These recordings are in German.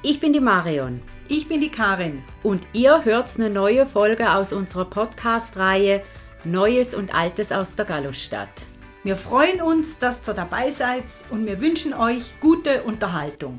Ich bin die Marion. Ich bin die Karin. Und ihr hört eine neue Folge aus unserer Podcast-Reihe Neues und Altes aus der Gallusstadt. Wir freuen uns, dass ihr dabei seid und wir wünschen euch gute Unterhaltung.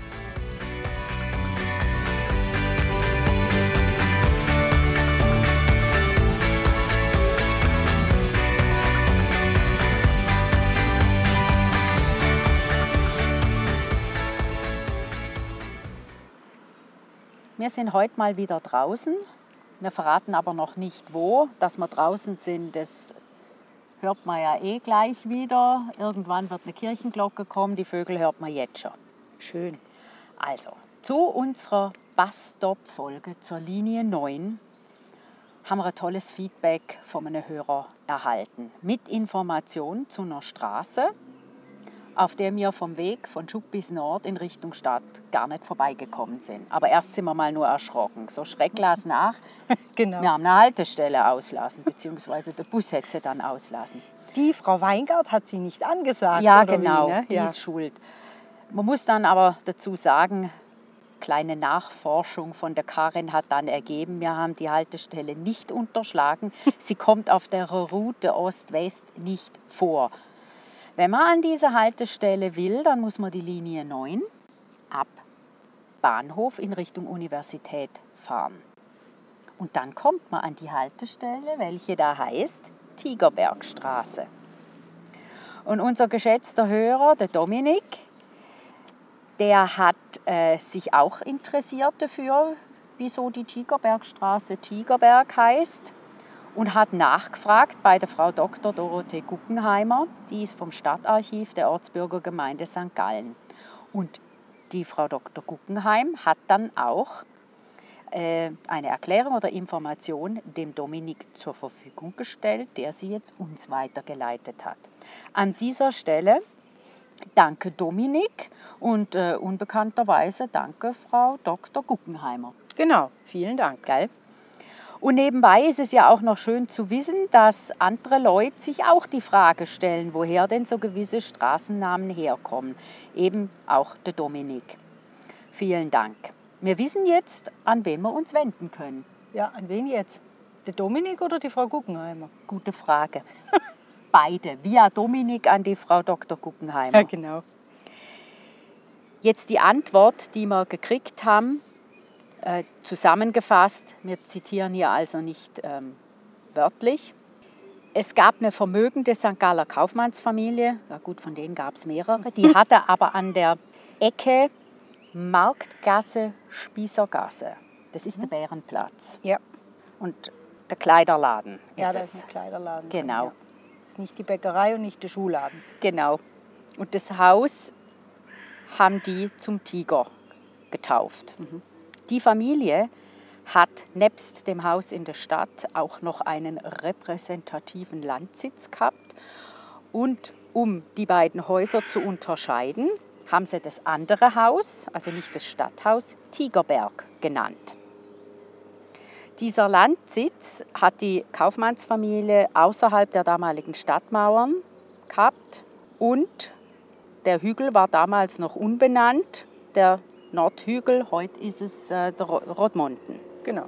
Wir sind heute mal wieder draußen. Wir verraten aber noch nicht wo. Dass wir draußen sind, das hört man ja eh gleich wieder. Irgendwann wird eine Kirchenglocke kommen, die Vögel hört man jetzt schon. Schön. Also, zu unserer Busstop-Folge zur Linie 9 haben wir ein tolles Feedback von einem Hörer erhalten. Mit Information zu einer Straße, auf der wir vom Weg von Schupp bis Nord in Richtung Stadt gar nicht vorbeigekommen sind. Aber erst sind wir mal nur erschrocken. So Schreck las nach. Genau. Wir haben eine Haltestelle auslassen, beziehungsweise der Bus hätte sie dann auslassen. Die Frau Weingart hat sie nicht angesagt. Ja, oder genau, wie, ne? die ist schuld. Man muss dann aber dazu sagen, kleine Nachforschung von der Karin hat dann ergeben, wir haben die Haltestelle nicht unterschlagen. Sie kommt auf der Route Ost-West nicht vor. Wenn man an diese Haltestelle will, dann muss man die Linie 9 ab Bahnhof in Richtung Universität fahren. Und dann kommt man an die Haltestelle, welche da heißt Tigerbergstraße. Und unser geschätzter Hörer, der Dominik, der hat sich auch interessiert dafür, wieso die Tigerbergstraße Tigerberg heißt. Und hat nachgefragt bei der Frau Dr. Dorothee Guggenheimer, die ist vom Stadtarchiv der Ortsbürgergemeinde St. Gallen. Und die Frau Dr. Guggenheim hat dann auch eine Erklärung oder Information dem Dominik zur Verfügung gestellt, der sie jetzt uns weitergeleitet hat. An dieser Stelle danke Dominik und unbekannterweise danke Frau Dr. Guggenheimer. Genau, vielen Dank. Gell? Und nebenbei ist es ja auch noch schön zu wissen, dass andere Leute sich auch die Frage stellen, woher denn so gewisse Straßennamen herkommen. Eben auch der Dominik. Vielen Dank. Wir wissen jetzt, an wen wir uns wenden können. Ja, an wen jetzt? Der Dominik oder die Frau Guggenheimer? Gute Frage. Beide. Via Dominik an die Frau Dr. Guggenheimer. Ja, genau. Jetzt die Antwort, die wir gekriegt haben, zusammengefasst, wir zitieren hier also nicht wörtlich. Es gab eine vermögende St. Galler Kaufmannsfamilie, ja gut, von denen gab es mehrere, die hatte aber an der Ecke Marktgasse, Spießergasse, das ist der Bärenplatz. Ja. Und der Kleiderladen ist Ja, das es. ist ein Kleiderladen. Genau. Ja. Das ist nicht die Bäckerei und nicht der Schuhladen. Genau. Und das Haus haben die zum Tiger getauft. Die Familie hat nebst dem Haus in der Stadt auch noch einen repräsentativen Landsitz gehabt. Und um die beiden Häuser zu unterscheiden, haben sie das andere Haus, also nicht das Stadthaus, Tigerberg genannt. Dieser Landsitz hat die Kaufmannsfamilie außerhalb der damaligen Stadtmauern gehabt. Und der Hügel war damals noch unbenannt, der Nordhügel, heute ist es der Roodmonten. Genau.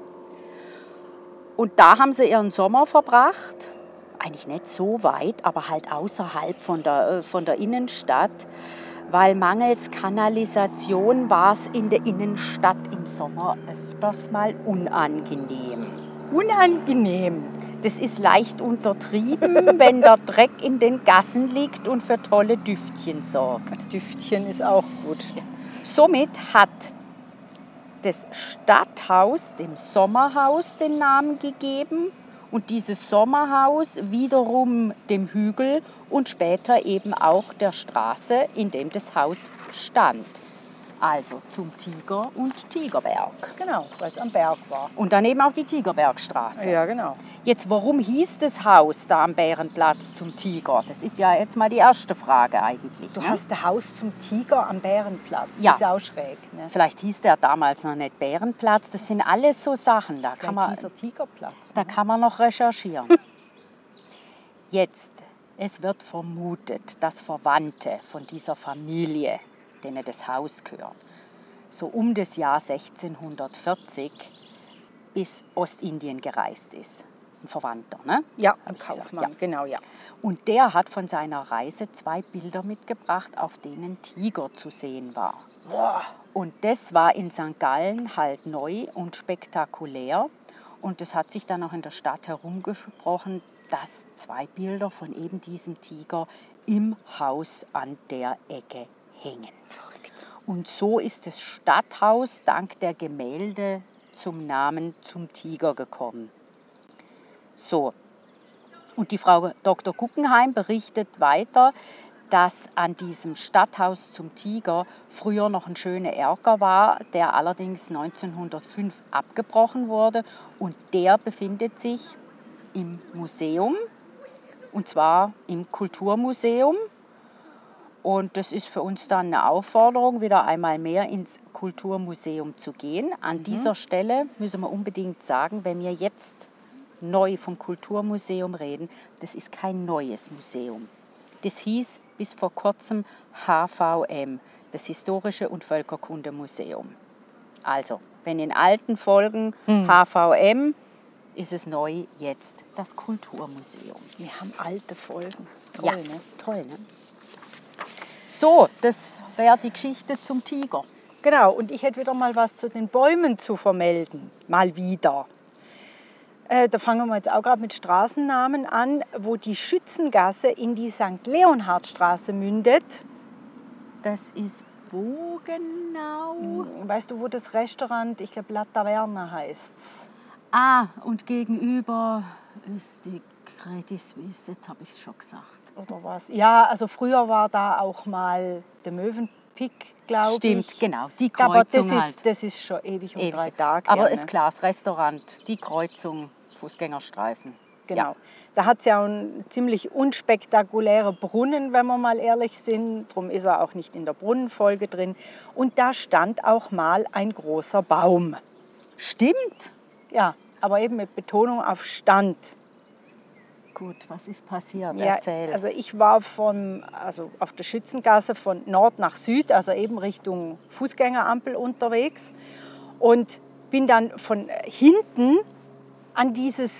Und da haben sie ihren Sommer verbracht, eigentlich nicht so weit, aber halt außerhalb von der Innenstadt, weil mangels Kanalisation war es in der Innenstadt im Sommer öfters mal unangenehm. Unangenehm. Das ist leicht untertrieben, wenn der Dreck in den Gassen liegt und für tolle Düftchen sorgt. Düftchen ist auch gut. Somit hat das Stadthaus dem Sommerhaus den Namen gegeben und dieses Sommerhaus wiederum dem Hügel und später eben auch der Straße, in dem das Haus stand. Also zum Tiger und Tigerberg. Genau, weil es am Berg war. Und dann eben auch die Tigerbergstraße. Ja, genau. Jetzt, warum hieß das Haus da am Bärenplatz zum Tiger? Das ist ja jetzt mal die erste Frage eigentlich. Du ne? hast ein Haus zum Tiger am Bärenplatz. Ja. Das ist auch schräg. Ne? Vielleicht hieß der damals noch nicht Bärenplatz. Das sind alles so Sachen. Da kann man, hieß er Tigerplatz. da kann man noch recherchieren. Jetzt, es wird vermutet, dass Verwandte von dieser Familie, denen das Haus gehört, so um das Jahr 1640 bis Ostindien gereist ist. Ein Verwandter, ne? Ja, Hab ein ich gesagt, Kaufmann, ja. genau, ja. Und der hat von seiner Reise 2 Bilder mitgebracht, auf denen Tiger zu sehen war. Boah. Und das war in St. Gallen halt neu und spektakulär. Und es hat sich dann auch in der Stadt herumgesprochen, dass 2 Bilder von eben diesem Tiger im Haus an der Ecke hängen. Verrückt. Und so ist das Stadthaus dank der Gemälde zum Namen zum Tiger gekommen. So, und die Frau Dr. Guggenheim berichtet weiter, dass an diesem Stadthaus zum Tiger früher noch ein schöner Erker war, der allerdings 1905 abgebrochen wurde. Und der befindet sich im Museum, und zwar im Kulturmuseum. Und das ist für uns dann eine Aufforderung, wieder einmal mehr ins Kulturmuseum zu gehen. An dieser Stelle müssen wir unbedingt sagen, wenn wir jetzt neu vom Kulturmuseum reden, das ist kein neues Museum. Das hieß bis vor kurzem HVM, das Historische und Völkerkundemuseum. Also, wenn in alten Folgen HVM, ist es neu jetzt das Kulturmuseum. Wir haben alte Folgen. Das ist toll, Ja, ne? toll, ne? So, das wäre die Geschichte zum Tiger. Genau, und ich hätte wieder mal was zu den Bäumen zu vermelden. Mal wieder. Da fangen wir jetzt auch gerade mit Straßennamen an, wo die Schützengasse in die St. Leonhardstraße mündet. Das ist wo genau? Weißt du, wo das Restaurant, ich glaube La Taverna heißt's? Ah, und gegenüber ist die Credit Suisse, jetzt habe ich es schon gesagt. Oder was? Ja, also früher war da auch mal der Mövenpick, glaube ich. Stimmt, genau, die Aber Kreuzung das halt. das ist schon ewig um Ewig. 3 Tage Aber her, ist ne? klar, das Restaurant, die Kreuzung, Fußgängerstreifen. Genau. Ja. Da hat es ja einen ziemlich unspektakulären Brunnen, wenn wir mal ehrlich sind. Darum ist er auch nicht in der Brunnenfolge drin. Und da stand auch mal ein großer Baum. Stimmt. Ja, aber eben mit Betonung auf stand. Gut, was ist passiert? Ja, Erzähl. also ich war auf der Schützengasse von Nord nach Süd, also eben Richtung Fußgängerampel unterwegs. Und bin dann von hinten an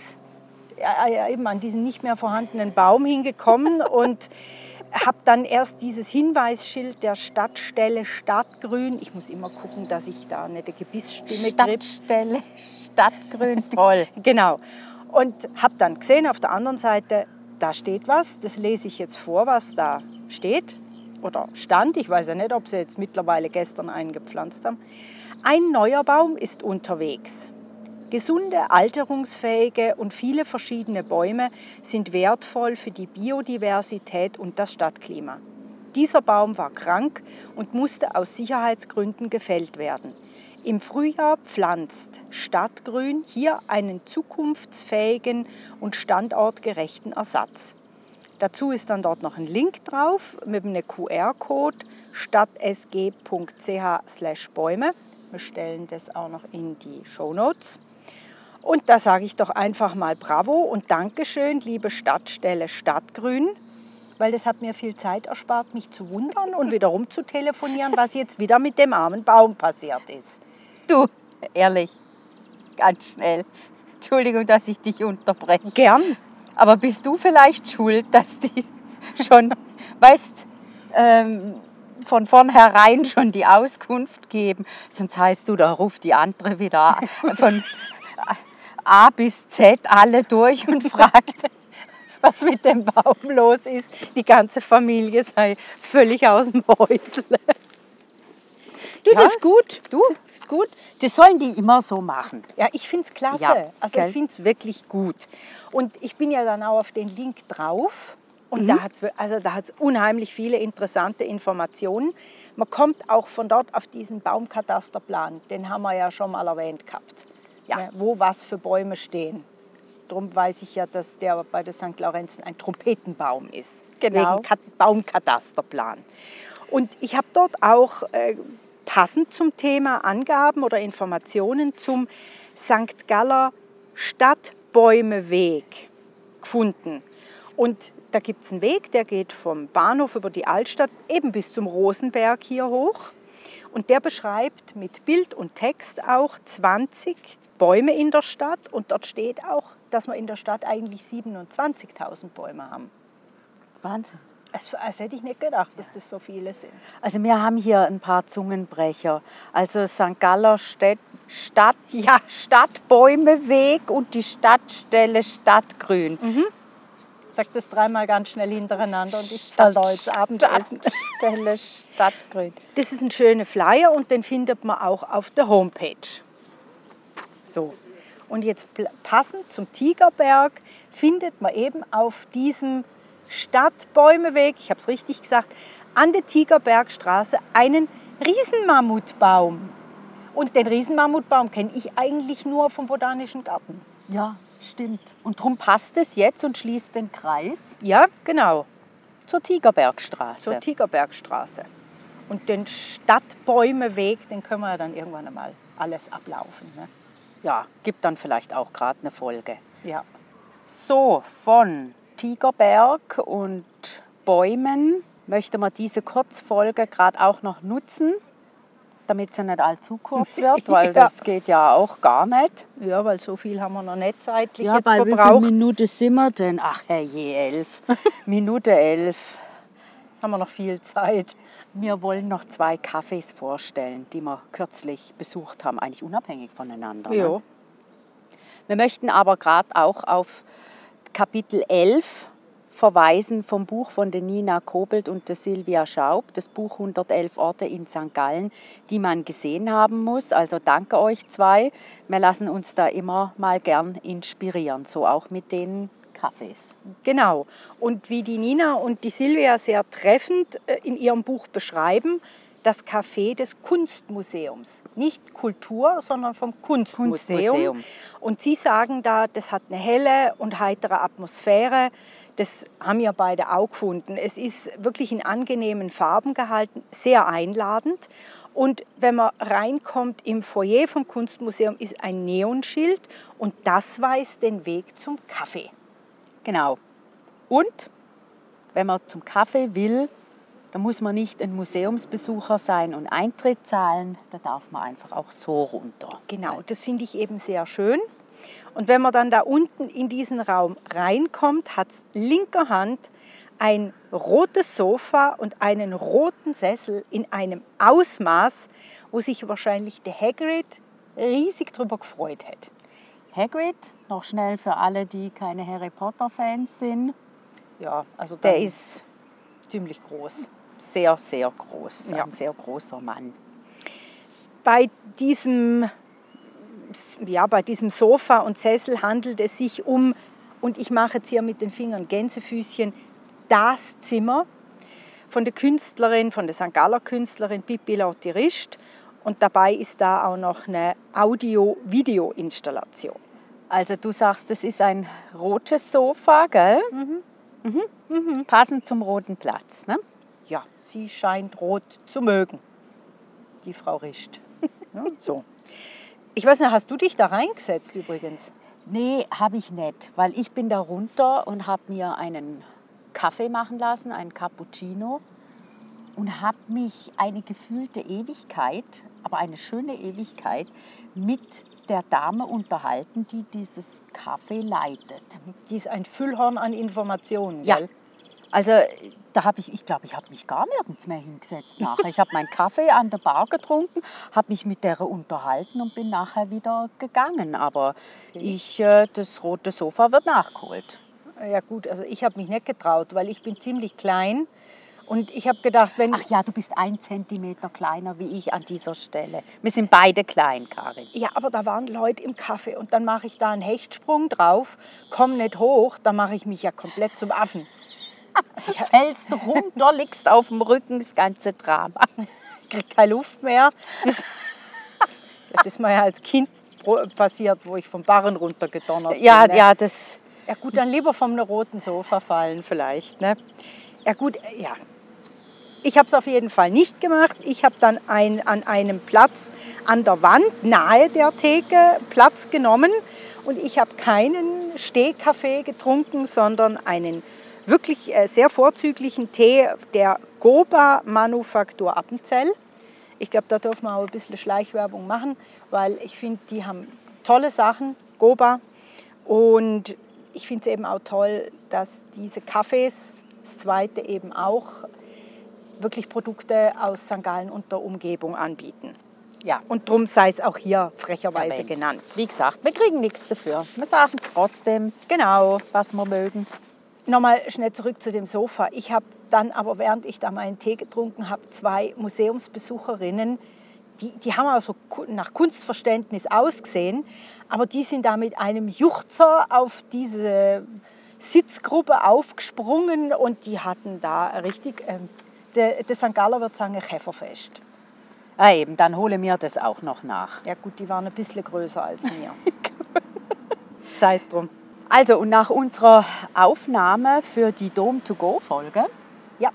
an diesen nicht mehr vorhandenen Baum hingekommen und habe dann erst dieses Hinweisschild der Stadtstelle Stadtgrün, ich muss immer gucken, dass ich da nicht eine Gebissstimme kriege. Stadtstelle, Stadtgrün, toll. Genau. Und habe dann gesehen, auf der anderen Seite, da steht was, das lese ich jetzt vor, was da steht oder stand. Ich weiß ja nicht, ob sie jetzt mittlerweile gestern einen gepflanzt haben. Ein neuer Baum ist unterwegs. Gesunde, alterungsfähige und viele verschiedene Bäume sind wertvoll für die Biodiversität und das Stadtklima. Dieser Baum war krank und musste aus Sicherheitsgründen gefällt werden. Im Frühjahr pflanzt Stadtgrün hier einen zukunftsfähigen und standortgerechten Ersatz. Dazu ist dann dort noch ein Link drauf mit einem QR-Code stadtsg.ch/Bäume. Wir stellen das auch noch in die Shownotes. Und da sage ich doch einfach mal Bravo und Dankeschön, liebe Stadtstelle Stadtgrün, weil das hat mir viel Zeit erspart, mich zu wundern und wieder rumzutelefonieren, was jetzt wieder mit dem armen Baum passiert ist. Du, ehrlich, ganz schnell. Entschuldigung, dass ich dich unterbreche. Gern. Aber bist du vielleicht schuld, dass die schon, weißt, von vornherein schon die Auskunft geben? Sonst heißt du, da ruft die andere wieder von A bis Z alle durch und fragt, was mit dem Baum los ist. Die ganze Familie sei völlig aus dem Häusle. Du, Ja, das ist gut. du, ist gut. Das sollen die immer so machen. Ja, ich finde es klasse. Ja, Also gell? ich finde es wirklich gut. Und ich bin ja dann auch auf den Link drauf. Und da hat es unheimlich viele interessante Informationen. Man kommt auch von dort auf diesen Baumkatasterplan. Den haben wir ja schon mal erwähnt gehabt. Ja, wo was für Bäume stehen. Darum weiß ich ja, dass der bei der St. Laurenzen ein Trompetenbaum ist. Genau. Wegen Baumkatasterplan. Und ich habe dort auch passend zum Thema Angaben oder Informationen zum St. Galler Stadtbäumeweg gefunden. Und da gibt es einen Weg, der geht vom Bahnhof über die Altstadt eben bis zum Rosenberg hier hoch. Und der beschreibt mit Bild und Text auch 20 Bäume in der Stadt. Und dort steht auch, dass wir in der Stadt eigentlich 27.000 Bäume haben. Wahnsinn. Als hätte ich nicht gedacht, dass das so viele sind. Also wir haben hier ein paar Zungenbrecher. Also St. Galler Stadtbäumeweg und die Stadtstelle Stadtgrün. Sag das dreimal ganz schnell hintereinander und ich zahle da jetzt Abendessen. Stadtstelle Stadtgrün. Das ist ein schöner Flyer und den findet man auch auf der Homepage. So. Und jetzt passend zum Tigerberg findet man eben auf diesem Stadtbäumeweg, ich habe es richtig gesagt, an der Tigerbergstraße einen Riesenmammutbaum. Und den Riesenmammutbaum kenne ich eigentlich nur vom Botanischen Garten. Ja, stimmt. Und darum passt es jetzt und schließt den Kreis Ja, genau, zur Tigerbergstraße. zur Tigerbergstraße. Und den Stadtbäumeweg, den können wir ja dann irgendwann einmal alles ablaufen. Ne? Ja, gibt dann vielleicht auch gerade eine Folge. Ja. So, von Tigerberg und Bäumen möchte man diese Kurzfolge gerade auch noch nutzen, damit sie nicht allzu kurz wird, weil das geht ja auch gar nicht. Ja, weil so viel haben wir noch nicht zeitlich Ja, jetzt bei verbraucht. wie viel Minuten sind wir denn? Ach herrje, 11. Minute 11. Haben wir noch viel Zeit. Wir wollen noch 2 Cafés vorstellen, die wir kürzlich besucht haben, eigentlich unabhängig voneinander. Ja. Ne? Wir möchten aber gerade auch auf Kapitel 11 verweisen vom Buch von der Nina Kobelt und der Silvia Schaub, das Buch 111 Orte in St. Gallen, die man gesehen haben muss. Also danke euch 2. Wir lassen uns da immer mal gern inspirieren, so auch mit den Cafés. Genau. Und wie die Nina und die Silvia sehr treffend in ihrem Buch beschreiben, das Café des Kunstmuseums. Nicht Kultur, sondern vom Kunstmuseum. Und sie sagen da, das hat eine helle und heitere Atmosphäre. Das haben wir beide auch gefunden. Es ist wirklich in angenehmen Farben gehalten, sehr einladend. Und wenn man reinkommt im Foyer vom Kunstmuseum, ist ein Neonschild und das weist den Weg zum Café. Genau. Und wenn man zum Kaffee will, da muss man nicht ein Museumsbesucher sein und Eintritt zahlen, da darf man einfach auch so runter. Genau, das finde ich eben sehr schön. Und wenn man dann da unten in diesen Raum reinkommt, hat es linker Hand ein rotes Sofa und einen roten Sessel in einem Ausmaß, wo sich wahrscheinlich der Hagrid riesig drüber gefreut hat. Hagrid, noch schnell für alle, die keine Harry Potter-Fans sind, Ja, also der ist ziemlich groß. sehr, sehr groß, Ja. ein sehr großer Mann. Bei diesem Sofa und Sessel handelt es sich um, und ich mache jetzt hier mit den Fingern Gänsefüßchen, das Zimmer von der Künstlerin, von der St. Galler Künstlerin Pippi Lotti-Rist. Und dabei ist da auch noch eine Audio-Video-Installation. Also du sagst, das ist ein rotes Sofa, gell? Passend zum roten Platz, ne? Ja, sie scheint rot zu mögen, die Frau Rist. Ja, so. Ich weiß nicht, hast du dich da reingesetzt übrigens? Nee, habe ich nicht, weil ich bin da runter und habe mir einen Kaffee machen lassen, einen Cappuccino, und habe mich eine gefühlte Ewigkeit, aber eine schöne Ewigkeit, mit der Dame unterhalten, die dieses Café leitet. Die ist ein Füllhorn an Informationen, Ja, gell? also da habe ich glaube, ich habe mich gar nirgends mehr hingesetzt nachher. Ich habe meinen Kaffee an der Bar getrunken, habe mich mit der unterhalten und bin nachher wieder gegangen. Aber das rote Sofa wird nachgeholt. Ja gut, also ich habe mich nicht getraut, weil ich bin ziemlich klein. Und ich habe gedacht, wenn... Ach ja, du bist 1 Zentimeter kleiner wie ich an dieser Stelle. Wir sind beide klein, Karin. Ja, aber da waren Leute im Café und dann mache ich da einen Hechtsprung drauf, komme nicht hoch, dann mache ich mich ja komplett zum Affen. Fällst runter, liegst auf dem Rücken, das ganze Drama. Ich kriege keine Luft mehr. Das ist mir ja als Kind passiert, wo ich vom Barren runtergedonnert bin. Ne? Ja, das... Ja gut, dann lieber vom roten Sofa fallen vielleicht. Ne? Ja gut, ja. Ich habe es auf jeden Fall nicht gemacht. Ich habe dann an einem Platz an der Wand nahe der Theke Platz genommen und ich habe keinen Stehkaffee getrunken, sondern einen wirklich sehr vorzüglichen Tee der Goba Manufaktur Appenzell. Ich glaube, da dürfen wir auch ein bisschen Schleichwerbung machen, weil ich finde, die haben tolle Sachen, Goba. Und ich finde es eben auch toll, dass diese Cafés, das zweite eben auch, wirklich Produkte aus St. Gallen und der Umgebung anbieten. Ja. Und darum sei es auch hier frecherweise Erwähnt. genannt. Wie gesagt, wir kriegen nichts dafür. Wir sagen es trotzdem, Genau. was wir mögen. Nochmal schnell zurück zu dem Sofa. Ich habe dann aber, während ich da meinen Tee getrunken habe, 2 Museumsbesucherinnen, die haben also nach Kunstverständnis ausgesehen, aber die sind da mit einem Juchzer auf diese Sitzgruppe aufgesprungen und die hatten da richtig, der St. Galler wird sagen, ein Käferfest. Ah, eben, dann hole mir das auch noch nach. Ja gut, die waren ein bisschen größer als mir. Sei es drum. Also, und nach unserer Aufnahme für die Dom-to-Go-Folge, Ja,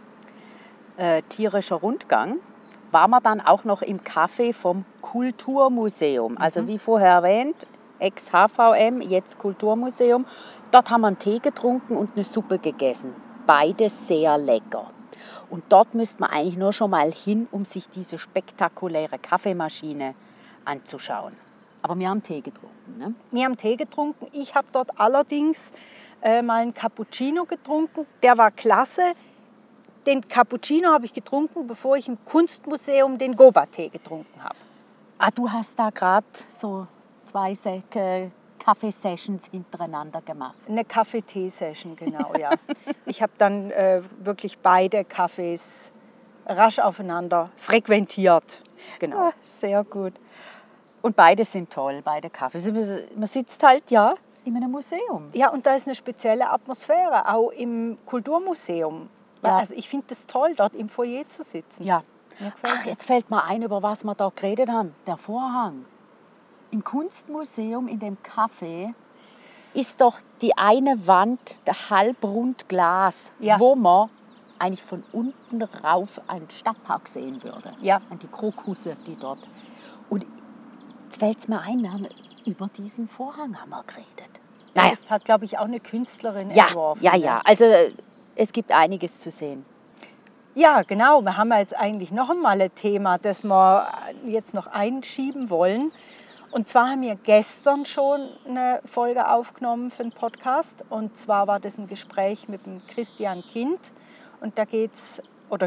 tierischer Rundgang, waren wir dann auch noch im Café vom Kulturmuseum. Also wie vorher erwähnt, ex-HVM, jetzt Kulturmuseum. Dort haben wir einen Tee getrunken und eine Suppe gegessen. Beides sehr lecker. Und dort müsste man eigentlich nur schon mal hin, um sich diese spektakuläre Kaffeemaschine anzuschauen. Aber wir haben Tee getrunken. Ne? wir haben Tee getrunken. Ich habe dort allerdings mal einen Cappuccino getrunken. Der war klasse. Den Cappuccino habe ich getrunken, bevor ich im Kunstmuseum den Goba-Tee getrunken habe. Ah, du hast da gerade so 2 Säcke Kaffeesessions hintereinander gemacht. Eine Kaffee-Tee-Session, genau, ja. Ich habe dann wirklich beide Kaffees rasch aufeinander frequentiert. Genau. Ah, sehr gut. Und beide sind toll, beide Kaffees. Man sitzt halt ja in einem Museum. Ja, und da ist eine spezielle Atmosphäre, auch im Kulturmuseum. Ja. Also ich finde es toll, dort im Foyer zu sitzen. Ja. Mir gefällt Ach, das. jetzt fällt mir ein, über was wir da geredet haben. Der Vorhang. Im Kunstmuseum, in dem Café, ist doch die eine Wand der halbrund Glas, Ja. wo man eigentlich von unten rauf einen Stadtpark sehen würde. Ja. An die Krokusse, die dort. Und jetzt fällt es mir ein, wir haben über diesen Vorhang haben wir geredet. Naja. Das hat, glaube ich, auch eine Künstlerin Ja, entworfen. ja, ne? ja. Also es gibt einiges zu sehen. Ja, genau. Wir haben ja jetzt eigentlich noch einmal ein Thema, das wir jetzt noch einschieben wollen. Und zwar haben wir gestern schon eine Folge aufgenommen für einen Podcast. Und zwar war das ein Gespräch mit dem Christian Kind. Und da ging es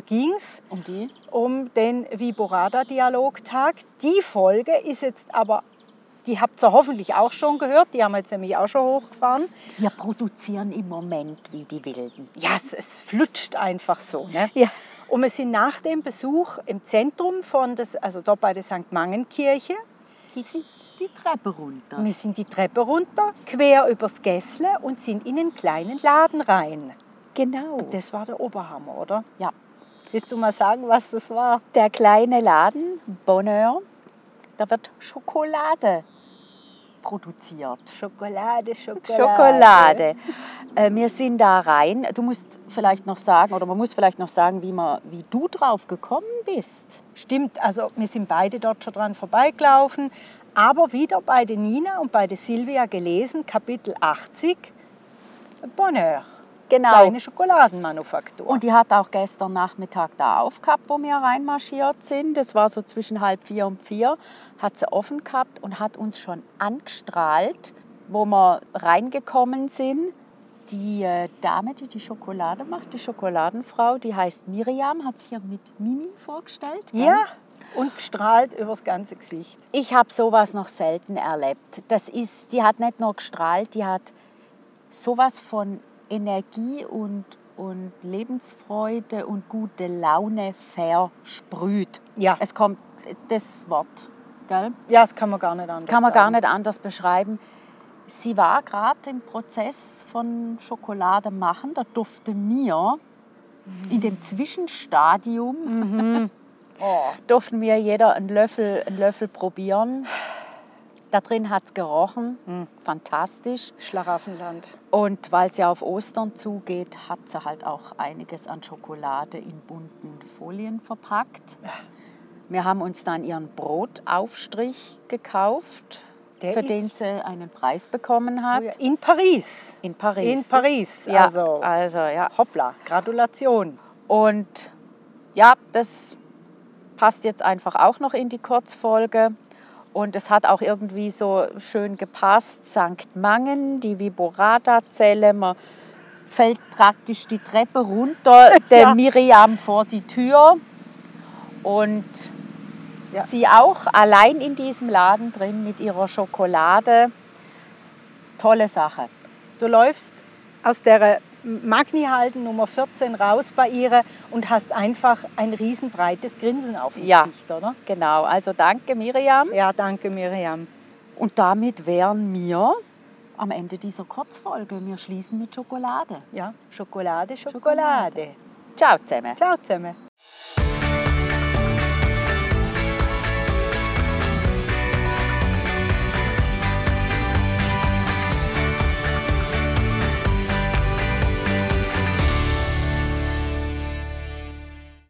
Um die? um den Viborada-Dialogtag. Die Folge ist jetzt aber, die habt ihr hoffentlich auch schon gehört, die haben wir jetzt nämlich auch schon hochgefahren. Wir produzieren im Moment wie die Wilden. Ja, es flutscht einfach so. Ne? Ja. Und wir sind nach dem Besuch im Zentrum also dort bei der St. Mangenkirche. Die sind die Treppe runter. Wir sind die Treppe runter, quer übers Gässle und sind in einen kleinen Laden rein. Genau. Das war der Oberhammer, oder? Ja. Willst du mal sagen, was das war? Der kleine Laden, Bonheur, da wird Schokolade produziert. Schokolade. Schokolade. Wir sind da rein. Du musst vielleicht noch sagen, oder man muss vielleicht noch sagen, wie du drauf gekommen bist. Stimmt, also wir sind beide dort schon dran vorbeigelaufen, aber wieder bei der Nina und bei der Silvia gelesen, Kapitel 80, Bonheur. Genau. Kleine Schokoladenmanufaktur. Und die hat auch gestern Nachmittag da aufgehabt, wo wir reinmarschiert sind. Das war so zwischen 3:30 und 4. Hat sie offen gehabt und hat uns schon angestrahlt, wo wir reingekommen sind. Die Dame, die die Schokolade macht, die Schokoladenfrau, die heißt Miriam, hat sich hier mit Mimi vorgestellt. Gell? ja, und gestrahlt übers ganze Gesicht. Ich habe sowas noch selten erlebt. Die hat nicht nur gestrahlt, die hat sowas von Energie und Lebensfreude und gute Laune versprüht. Ja. Es kommt das Wort, gell? Ja, das kann man gar nicht anders Kann man sagen. gar nicht anders beschreiben. Sie war gerade im Prozess von Schokolade machen. Da durfte mir in dem Zwischenstadium durften wir jeder einen Löffel probieren. Da drin hat es gerochen, fantastisch. Schlaraffenland. Und weil es ja auf Ostern zugeht, hat sie halt auch einiges an Schokolade in bunten Folien verpackt. Wir haben uns dann ihren Brotaufstrich gekauft, für den sie einen Preis bekommen hat. Oh ja, in Paris. In Paris. In Paris. Ja, Also ja. hoppla, Gratulation. Und ja, das passt jetzt einfach auch noch in die Kurzfolge. Und es hat auch irgendwie so schön gepasst. St. Mangen, die Viborata-Zelle, man fällt praktisch die Treppe runter, der Miriam vor die Tür. Und sie auch allein in diesem Laden drin mit ihrer Schokolade. Tolle Sache. Du läufst aus der Magni-Halden Nummer 14 raus bei ihr und hast einfach ein riesenbreites Grinsen auf dem Gesicht, oder? Genau. Also danke, Miriam. Ja, danke, Miriam. Und damit wären wir am Ende dieser Kurzfolge. Wir schließen mit Schokolade. Ja, Schokolade, Schokolade. Ciao zusammen. Ciao zusammen.